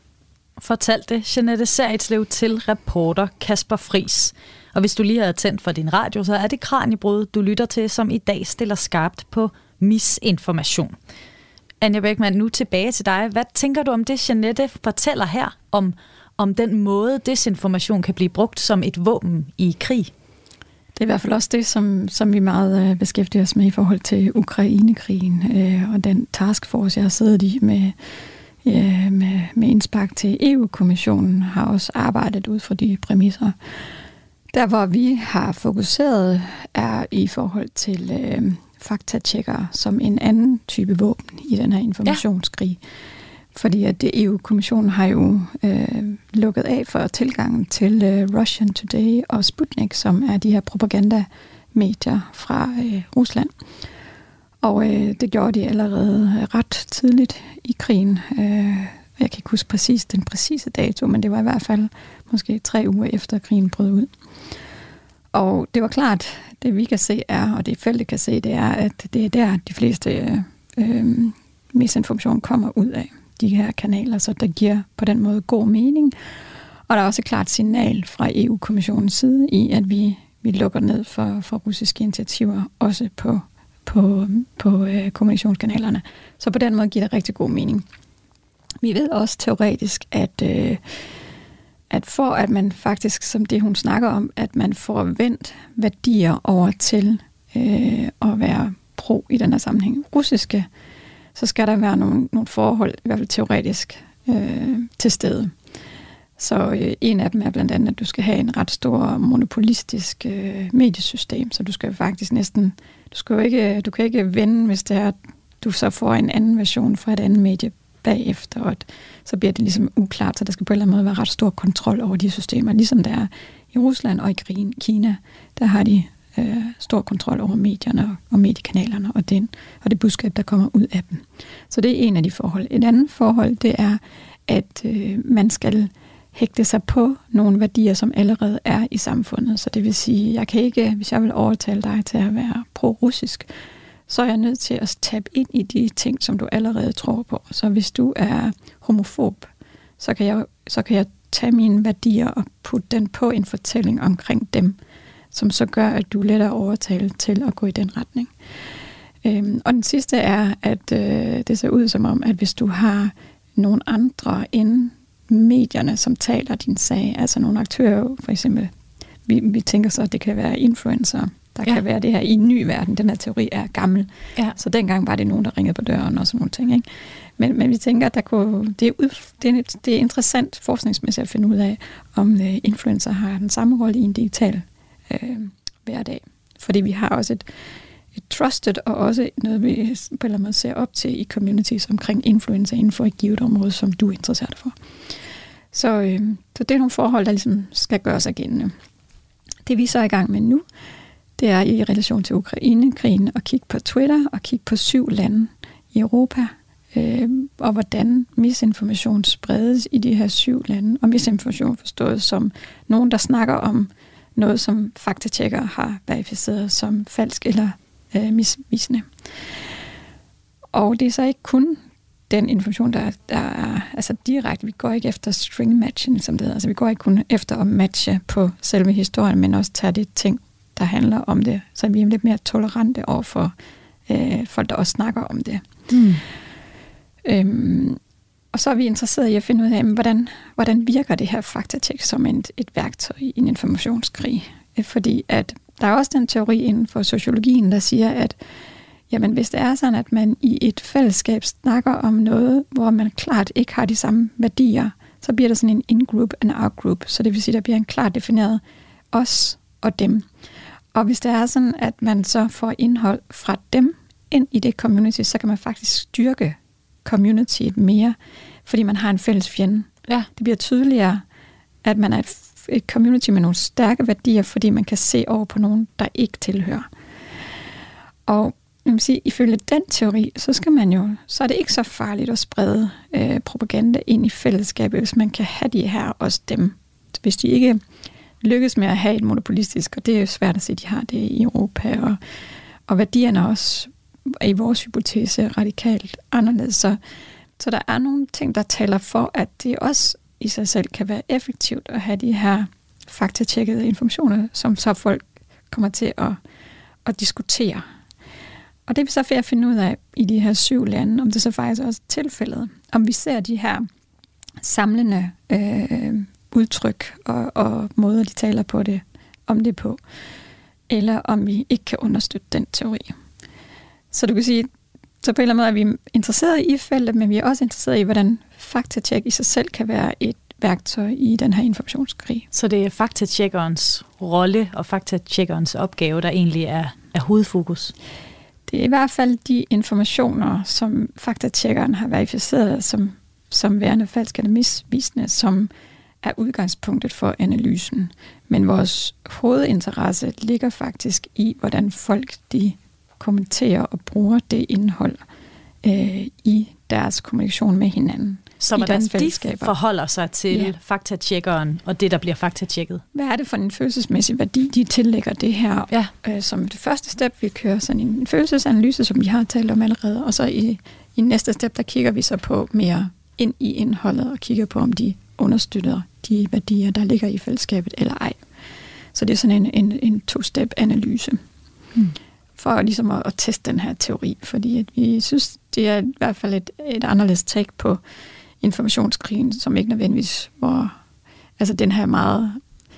[SPEAKER 3] Fortalte Jeanette Serritslev til reporter Kasper Friis. Og hvis du lige har tændt for din radio, så er det Kraniebrud, du lytter til, som i dag stiller skarpt på misinformation. Anja Beckmann, nu tilbage til dig. Hvad tænker du om det, Jeanette fortæller her, om, om den måde, desinformation kan blive brugt som et våben i krig?
[SPEAKER 4] Det er i hvert fald også det, som, som vi meget beskæftiger os med i forhold til Ukraine-krigen, øh, og den taskforce, jeg har siddet i med, ja, med, med indspark til E U-kommissionen, har også arbejdet ud fra de præmisser. Der, hvor vi har fokuseret, er i forhold til øh, faktatjekkere som en anden type våben i den her informationskrig. Ja. Fordi at E U-kommissionen har jo øh, lukket af for tilgangen til øh, Russian Today og Sputnik, som er de her propagandamedier fra øh, Rusland. Og øh, det gjorde de allerede ret tidligt i krigen. Øh, jeg kan ikke huske præcis den præcise dato, men det var i hvert fald måske tre uger efter krigen brød ud. Og det var klart, det vi kan se er, og det feltet kan se, det er, at det er der, de fleste øh, misinformation kommer ud af, de her kanaler, så der giver på den måde god mening. Og der er også et klart signal fra E U-kommissionens side i, at vi, vi lukker ned for, for russiske initiativer, også på, på, på øh, kommunikationskanalerne. Så på den måde giver det rigtig god mening. Vi ved også teoretisk, at øh, at for at man faktisk, som det hun snakker om, at man får vendt værdier over til øh, at være pro i den her sammenhæng russiske, så skal der være nogle, nogle forhold, i hvert fald teoretisk, øh, til stede. Så øh, en af dem er blandt andet, at du skal have en ret stor monopolistisk øh, mediesystem, så du skal faktisk næsten, du skal jo ikke, du kan ikke vende, hvis det er, at du så får en anden version fra et andet medie bagefter, og så bliver det ligesom uklart, så der skal på en eller anden måde være ret stor kontrol over de systemer, ligesom der er i Rusland og i Kina. Der har de øh, stor kontrol over medierne og, og mediekanalerne og, den, og det budskab, der kommer ud af dem. Så det er en af de forhold. Et andet forhold, det er, at øh, man skal hægte sig på nogle værdier, som allerede er i samfundet. Så det vil sige, jeg kan ikke, hvis jeg vil overtale dig til at være pro-russisk, så er jeg nødt til at tabe ind i de ting, som du allerede tror på. Så hvis du er homofob, så kan jeg, så kan jeg tage mine værdier og putte den på en fortælling omkring dem, som så gør, at du er lettere overtale til at gå i den retning. Øhm, og den sidste er, at øh, det ser ud som om, at hvis du har nogle andre end medierne, som taler din sag, altså nogle aktører, for eksempel, vi, vi tænker så, at det kan være influencer, der ja. kan være det her i en ny verden. Den her teori er gammel. Ja. Så dengang var det nogen, der ringede på døren og sådan nogle ting. Ikke? Men, men vi tænker, at der kunne, det, er ud, det, er, det er interessant forskningsmæssigt at finde ud af, om uh, influencer har den samme rolle i en digital uh, hverdag. Fordi vi har også et, et trusted og også noget, vi på en eller anden måde ser op til i communities omkring influencer inden for et givet område, som du er interesseret for. Så, uh, så det er nogle forhold, der ligesom skal gøres igen. Det vi så er i gang med nu, det er i relation til Ukraine-krigen at kigge på Twitter og kigge på syv lande i Europa, øh, og hvordan misinformation spredes i de her syv lande. Og misinformation forstået som nogen, der snakker om noget, som faktatjekkere har verificeret som falsk eller øh, misvisende. Og det er så ikke kun den information, der, der er altså direkte. Vi går ikke efter string matching, som det hedder. Altså vi går ikke kun efter at matche på selve historien, men også tage de ting, der handler om det, så vi er lidt mere tolerante over for øh, folk, der også snakker om det. Mm. Øhm, og så er vi interesseret i at finde ud af, hvordan, hvordan virker det her faktatjek som et, et værktøj i en informationskrig. Fordi at der er også den teori inden for sociologien, der siger, at jamen, hvis det er sådan, at man i et fællesskab snakker om noget, hvor man klart ikke har de samme værdier, så bliver der sådan en in-group and out-group. Så det vil sige, at der bliver en klart defineret os og dem. Og hvis det er sådan, at man så får indhold fra dem ind i det community, så kan man faktisk styrke communityet mere, fordi man har en fælles fjende. Ja. Det bliver tydeligere, at man er et, et community med nogle stærke værdier, fordi man kan se over på nogen, der ikke tilhører. Og jeg vil sige, ifølge den teori, så skal man jo, så er det ikke så farligt at sprede øh, propaganda ind i fællesskabet, hvis man kan have de her også dem. Hvis de ikke lykkes med at have et monopolistisk, og det er jo svært at se, de har det i Europa, og, og værdierne også er i vores hypotese radikalt anderledes. Så, så der er nogle ting, der taler for, at det også i sig selv kan være effektivt at have de her faktatjekkede informationer, som så folk kommer til at, at diskutere. Og det er vi så for at finde ud af i de her syv lande, om det så faktisk også er tilfældet. Om vi ser de her samlende øh, udtryk og, og måder, de taler på det, om det på, eller om vi ikke kan understøtte den teori. Så du kan sige, så på en eller anden måde er vi interesseret i feltet, men vi er også interesseret i, hvordan faktatjek i sig selv kan være et værktøj i den her informationskrig.
[SPEAKER 3] Så det er faktatjekkerens rolle og faktatjekkerens opgave, der egentlig er, er hovedfokus?
[SPEAKER 4] Det er i hvert fald de informationer, som faktatjekkeren har verificeret som, som værende falsk eller misvisende, som er udgangspunktet for analysen. Men vores hovedinteresse ligger faktisk i, hvordan folk de kommenterer og bruger det indhold øh, i deres kommunikation med hinanden.
[SPEAKER 3] Så hvordan de forholder sig til ja. faktatjekkeren og det, der bliver faktatjekket.
[SPEAKER 4] Hvad er det for en følelsesmæssig værdi, de tillægger det her? Ja. Øh, som det første step, vi kører sådan en følelsesanalyse, som vi har talt om allerede, og så i, i næste step, der kigger vi så på mere ind i indholdet og kigger på, om de understøtter de værdier, der ligger i fællesskabet eller ej. Så det er sådan en, en, en to-step-analyse. Hmm. For ligesom at, at teste den her teori, fordi at vi synes, det er i hvert fald et, et anderledes take på informationskrigen, som ikke nødvendigvis var altså den her meget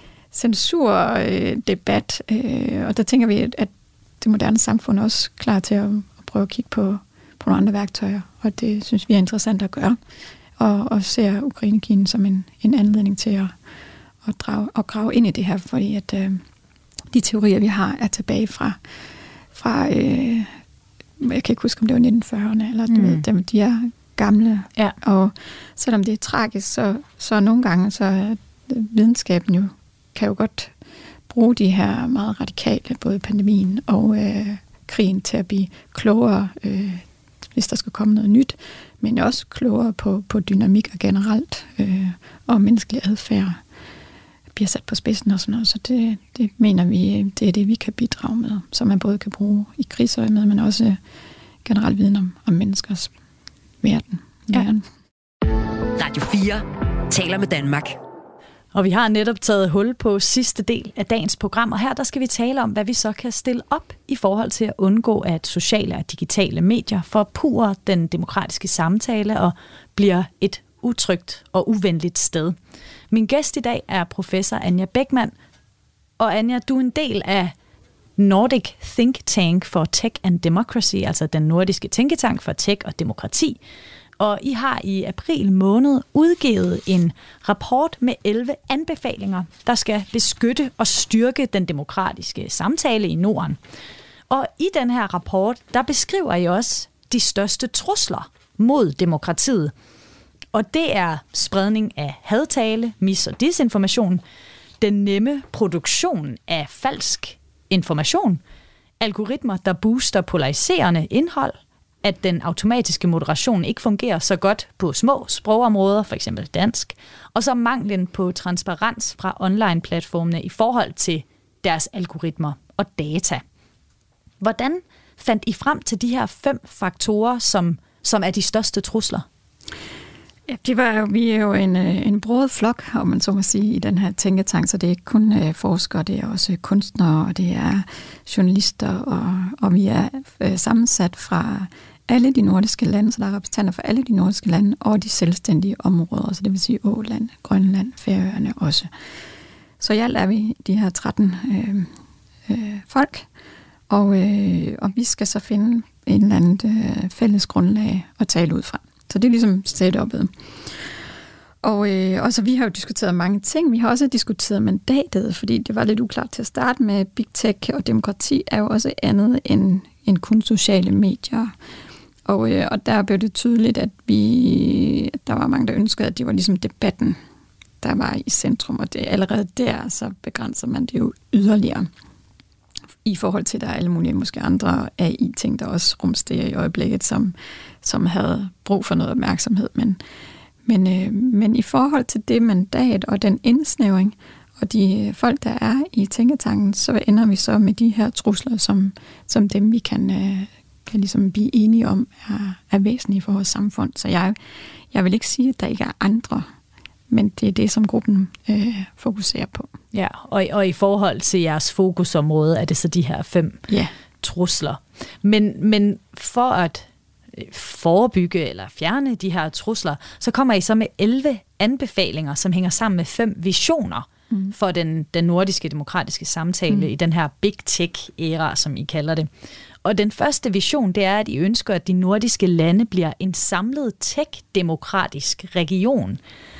[SPEAKER 4] censurdebat, øh, og der tænker vi, at, at det moderne samfund er også klar til at, at prøve at kigge på, på nogle andre værktøjer, og det synes vi er interessant at gøre, og, og ser Ukraine-krigen som en, en anledning til at, at, drage, at grave ind i det her, fordi at øh, de teorier, vi har, er tilbage fra fra, øh, jeg kan ikke huske, om det var nitten fyrrerne, eller du mm. ved, dem, de er gamle. Ja. Og selvom det er tragisk, så, så nogle gange, så er videnskaben jo, kan jo godt bruge de her meget radikale, både pandemien og øh, krigen, til at blive klogere, øh, hvis der skal komme noget nyt, men også klogere på, på dynamik og generelt, øh, og menneskelig adfærd bliver sat på spidsen og sådan noget. Så det, det mener vi, det er det, vi kan bidrage med, som man både kan bruge i krigsøje med, men også generelt viden om, om menneskers verden.
[SPEAKER 3] Ja.
[SPEAKER 2] Radio fire taler med Danmark.
[SPEAKER 3] Og vi har netop taget hul på sidste del af dagens program, og her der skal vi tale om, hvad vi så kan stille op i forhold til at undgå, at sociale og digitale medier forpurer den demokratiske samtale og bliver et utrygt og uvenligt sted. Min gæst i dag er professor Anja Beckmann. Og Anja, du er en del af Nordic Think Tank for Tech and Democracy, altså den nordiske tænketank for tech og demokrati. Og I har i april måned udgivet en rapport med elleve anbefalinger, der skal beskytte og styrke den demokratiske samtale i Norden. Og i den her rapport, der beskriver I også de største trusler mod demokratiet. Og det er spredning af hadtale, mis- og disinformation, den nemme produktion af falsk information, algoritmer, der booster polariserende indhold, at den automatiske moderation ikke fungerer så godt på små sprogområder, f.eks. dansk, og så manglen på transparens fra online-platformene i forhold til deres algoritmer og data. Hvordan fandt I frem til de her fem faktorer, som, som er de største trusler?
[SPEAKER 4] Ja, det var jo, vi er jo en, en broget flok, om man så må sige, i den her tænketank, så det er ikke kun uh, forskere, det er også kunstnere, og det er journalister, og, og vi er uh, sammensat fra alle de nordiske lande, så der er repræsentanter fra alle de nordiske lande og de selvstændige områder, så det vil sige Åland, Grønland, Færøerne også. Så i alt er vi de her tretten øh, øh, folk, og, øh, og vi skal så finde en eller anden øh, fælles grundlag at tale ud fra. Så det er ligesom setup'et. Og øh, også vi har jo diskuteret mange ting. Vi har også diskuteret mandatet, fordi det var lidt uklart til at starte med. Big Tech og demokrati er jo også andet end, end kun sociale medier. Og, øh, og der blev det tydeligt, at vi, der var mange, der ønskede, at det var ligesom debatten, der var i centrum. Og det, allerede der, så begrænser man det jo yderligere. I forhold til, at der er alle mulige måske andre A I-ting, der også rumsterer i øjeblikket, som, som havde brug for noget opmærksomhed. Men, men, øh, men i forhold til det mandat og den indsnævring, og de folk, der er i tænketanken, så ender vi så med de her trusler, som, som dem, vi kan, øh, kan ligesom blive enige om, er, er væsentlige for vores samfund. Så jeg, jeg vil ikke sige, at der ikke er andre, men det er det, som gruppen øh, fokuserer på.
[SPEAKER 3] Ja, og, og i forhold til jeres fokusområde, er det så de her fem
[SPEAKER 4] yeah.
[SPEAKER 3] trusler. Men, men for at forebygge eller fjerne de her trusler, så kommer I så med elleve anbefalinger, som hænger sammen med fem visioner mm. for den, den nordiske demokratiske samtale mm. i den her Big Tech-æra, som I kalder det. Og den første vision, det er, at I ønsker, at de nordiske lande bliver en samlet tech-demokratisk region.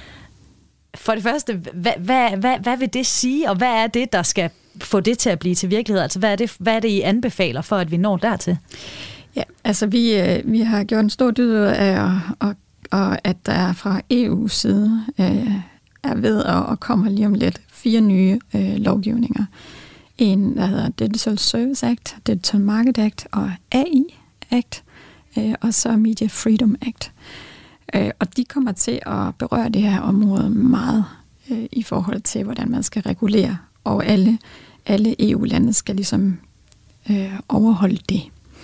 [SPEAKER 3] For det første, hvad, hvad, hvad, hvad vil det sige, og hvad er det, der skal få det til at blive til virkelighed? Altså, hvad er det, hvad er det I anbefaler for, at vi når dertil?
[SPEAKER 4] Ja, altså vi, vi har gjort en stor dyd af, og, og, og at der fra E U's side øh, er ved at og kommer lige om lidt fire nye øh, lovgivninger. En, der hedder Digital Service Act, Digital Market Act og A I Act, øh, og så Media Freedom Act. Øh, og de kommer til at berøre det her område meget øh, i forhold til, hvordan man skal regulere, og alle, alle E U-lande skal ligesom øh, overholde det.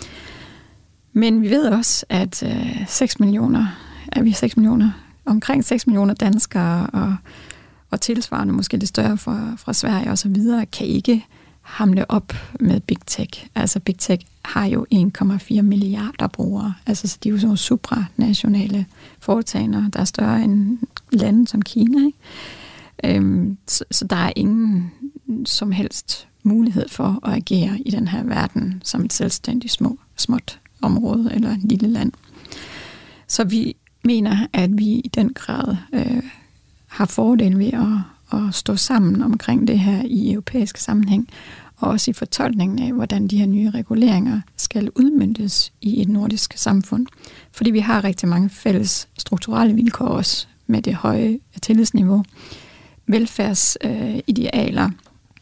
[SPEAKER 4] Men vi ved også, at øh, seks millioner, er vi seks millioner, omkring seks millioner danskere og, og tilsvarende måske lidt større fra, fra Sverige og så videre, kan ikke hamle op med Big Tech. Altså Big Tech har jo en komma fire milliarder brugere. Altså så de er jo sådan supranationale foretagender, der er større end lande som Kina. Ikke? Øhm, så, så der er ingen som helst mulighed for at agere i den her verden som et selvstændigt små, småt område eller et lille land. Så vi mener, at vi i den grad øh, har fordel ved at, at stå sammen omkring det her i europæisk sammenhæng, og også i fortolkningen af, hvordan de her nye reguleringer skal udmøntes i et nordisk samfund. Fordi vi har rigtig mange fælles strukturelle vilkår også med det høje tillidsniveau, velfærdsidealer,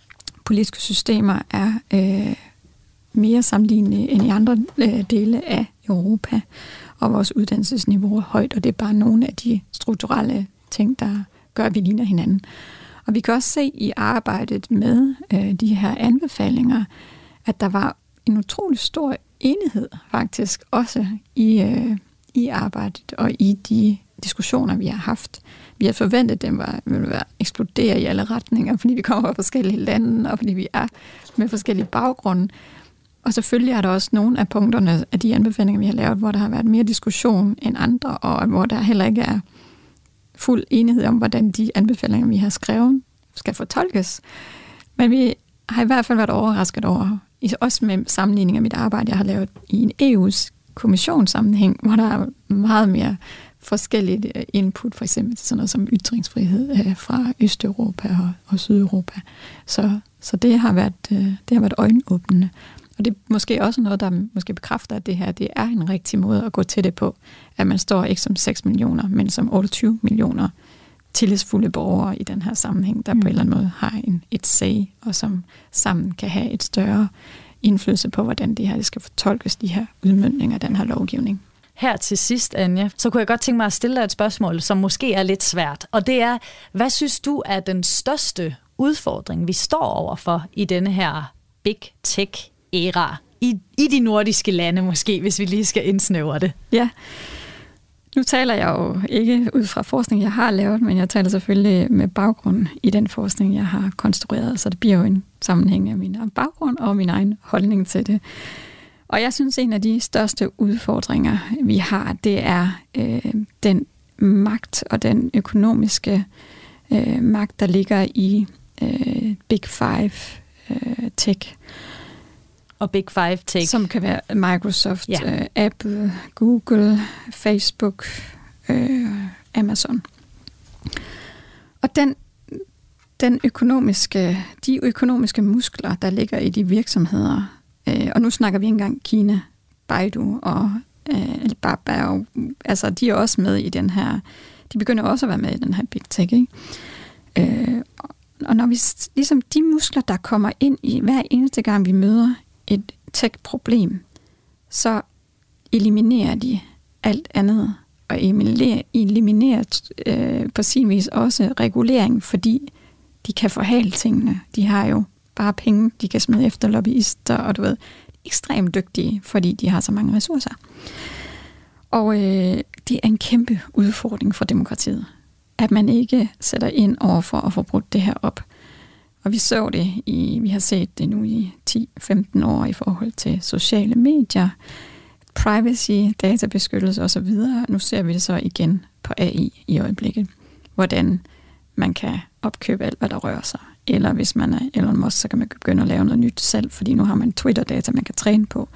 [SPEAKER 4] politiske systemer er øh, mere sammenlignelige end i andre øh, dele af Europa, og vores uddannelsesniveau er højt, og det er bare nogle af de strukturelle ting, der gør, at vi ligner hinanden. Og vi kan også se i arbejdet med øh, de her anbefalinger, at der var en utrolig stor enighed faktisk også i, øh, i arbejdet og i de diskussioner, vi har haft. Vi har forventet, at den var, ville være, eksplodere i alle retninger, fordi vi kommer fra forskellige lande, og fordi vi er med forskellige baggrunde. Og selvfølgelig er der også nogle af punkterne af de anbefalinger, vi har lavet, hvor der har været mere diskussion end andre, og hvor der heller ikke er fuld enighed om, hvordan de anbefalinger, vi har skrevet, skal fortolkes. Men vi har i hvert fald været overrasket over, også med sammenligning af mit arbejde, jeg har lavet i en E U's kommissionssammenhæng, hvor der er meget mere forskelligt input, for eksempel til sådan noget som ytringsfrihed fra Østeuropa og, og Sydeuropa. Så, så det har været, det har været øjenåbnende. Og det er måske også noget, der måske bekræfter, at det her det er en rigtig måde at gå til det på. At man står ikke som seks millioner, men som otteogtyve millioner tillidsfulde borgere i den her sammenhæng, der mm. på en eller anden måde har en, et say, og som sammen kan have et større indflydelse på, hvordan det her det skal fortolkes, de her udmøntninger af den her lovgivning.
[SPEAKER 3] Her til sidst, Anja, så kunne jeg godt tænke mig at stille dig et spørgsmål, som måske er lidt svært. Og det er, hvad synes du er den største udfordring, vi står overfor i denne her big tech-æra? I, I de nordiske lande måske, hvis vi lige skal indsnævre det.
[SPEAKER 4] Ja, nu taler jeg jo ikke ud fra forskning, jeg har lavet, men jeg taler selvfølgelig med baggrund i den forskning, jeg har konstrueret, så det bliver jo en sammenhæng af min baggrund og min egen holdning til det. Og jeg synes, en af de største udfordringer, vi har, det er øh, den magt og den økonomiske øh, magt, der ligger i øh, Big Five øh, tech.
[SPEAKER 3] Og Big Five tech.
[SPEAKER 4] Som kan være Microsoft, ja. øh, Apple, Google, Facebook, øh, Amazon. Og den, den økonomiske, de økonomiske muskler, der ligger i de virksomheder, øh, og nu snakker vi ikke engang Kina, Baidu og øh, Alibaba, og, altså de er også med i den her, de begynder også at være med i den her Big Tech, ikke? Øh, og når vi, ligesom de muskler, der kommer ind i hver eneste gang, vi møder et tech-problem, så eliminerer de alt andet, og eliminerer, eliminerer øh, på sin vis også regulering, fordi de kan forhale tingene. De har jo bare penge, de kan smide efter lobbyister, og du ved, ekstremt dygtige, fordi de har så mange ressourcer. Og øh, det er en kæmpe udfordring for demokratiet, at man ikke sætter ind over for at få brudt det her op. Og vi så det i, vi har set det nu i ti til femten år i forhold til sociale medier, privacy, databeskyttelse osv. Nu ser vi det så igen på A I i øjeblikket, hvordan man kan opkøbe alt, hvad der rører sig. Eller hvis man er Elon Musk, så kan man begynde at lave noget nyt selv, fordi nu har man Twitter-data, man kan træne på.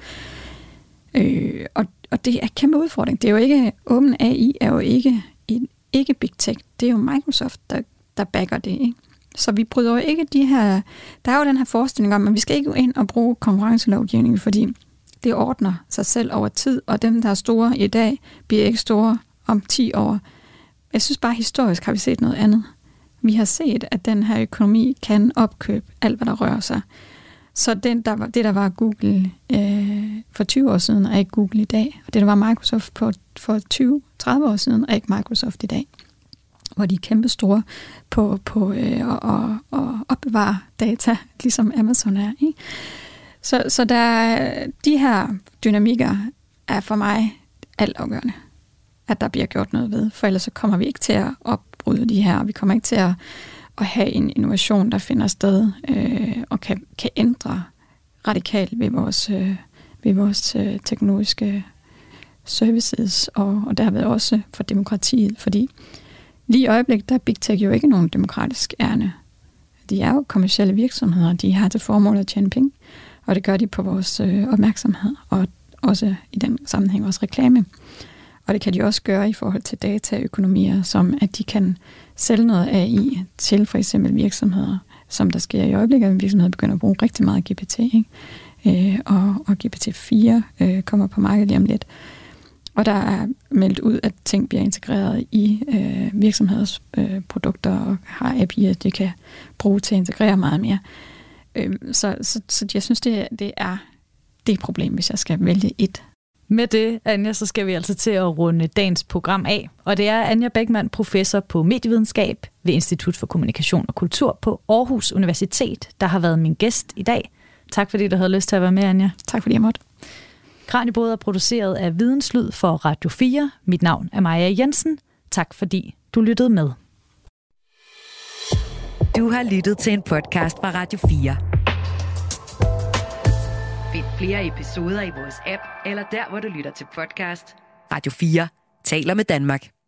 [SPEAKER 4] Øh, og, og det er en kæmpe udfordring. Det er jo ikke, Open A I er jo ikke, ikke Big Tech, det er jo Microsoft, der, der backer det, ikke? Så vi bryder jo ikke de her... Der er jo den her forestilling om, at vi skal ikke gå ind og bruge konkurrencelovgivning, fordi det ordner sig selv over tid, og dem, der er store i dag, bliver ikke store om ti år. Jeg synes bare, historisk har vi set noget andet. Vi har set, at den her økonomi kan opkøbe alt, hvad der rører sig. Så den, der var, det, der var Google øh, for tyve år siden, er ikke Google i dag. Og det, der var Microsoft for, for tyve til tredive år siden, er ikke Microsoft i dag. Hvor de er kæmpe store på, på øh, at, at opbevare data, ligesom Amazon er. Ikke? Så, så der, de her dynamikker er for mig altafgørende, at der bliver gjort noget ved. For ellers så kommer vi ikke til at opbryde de her. Vi kommer ikke til at, at have en innovation, der finder sted øh, og kan, kan ændre radikalt ved vores, øh, ved vores øh, teknologiske services, og, og derved også for demokratiet, fordi lige i øjeblikket, der er Big Tech jo ikke nogen demokratisk ærne. De er jo kommercielle virksomheder, de har til formål at tjene penge, og det gør de på vores øh, opmærksomhed, og også i den sammenhæng også reklame. Og det kan de også gøre i forhold til dataøkonomier, som at de kan sælge noget A I til for eksempel virksomheder, som der sker i øjeblikket, at virksomheder begynder at bruge rigtig meget G P T, ikke? Øh, og, og G P T fire øh, kommer på markedet lige om lidt. Og der er meldt ud, at ting bliver integreret i øh, virksomheders øh, produkter og har A P I'er, de kan bruge til at integrere meget mere. Øh, så, så, så jeg synes, det, det er det problem, hvis jeg skal vælge et.
[SPEAKER 3] Med det, Anja, så skal vi altså til at runde dagens program af. Og det er Anja Beckmann, professor på medievidenskab ved Institut for Kommunikation og Kultur på Aarhus Universitet, der har været min gæst i dag. Tak fordi du havde lyst til at være med, Anja.
[SPEAKER 4] Tak fordi jeg måtte.
[SPEAKER 3] Kraniebrud er produceret af Videnslyd for Radio fire. Mit navn er Maja Jensen. Tak fordi du lyttede med.
[SPEAKER 2] Du har lyttet til en podcast fra Radio fire. Find flere episoder i vores app, eller der, hvor du lytter til podcast. Radio fire taler med Danmark.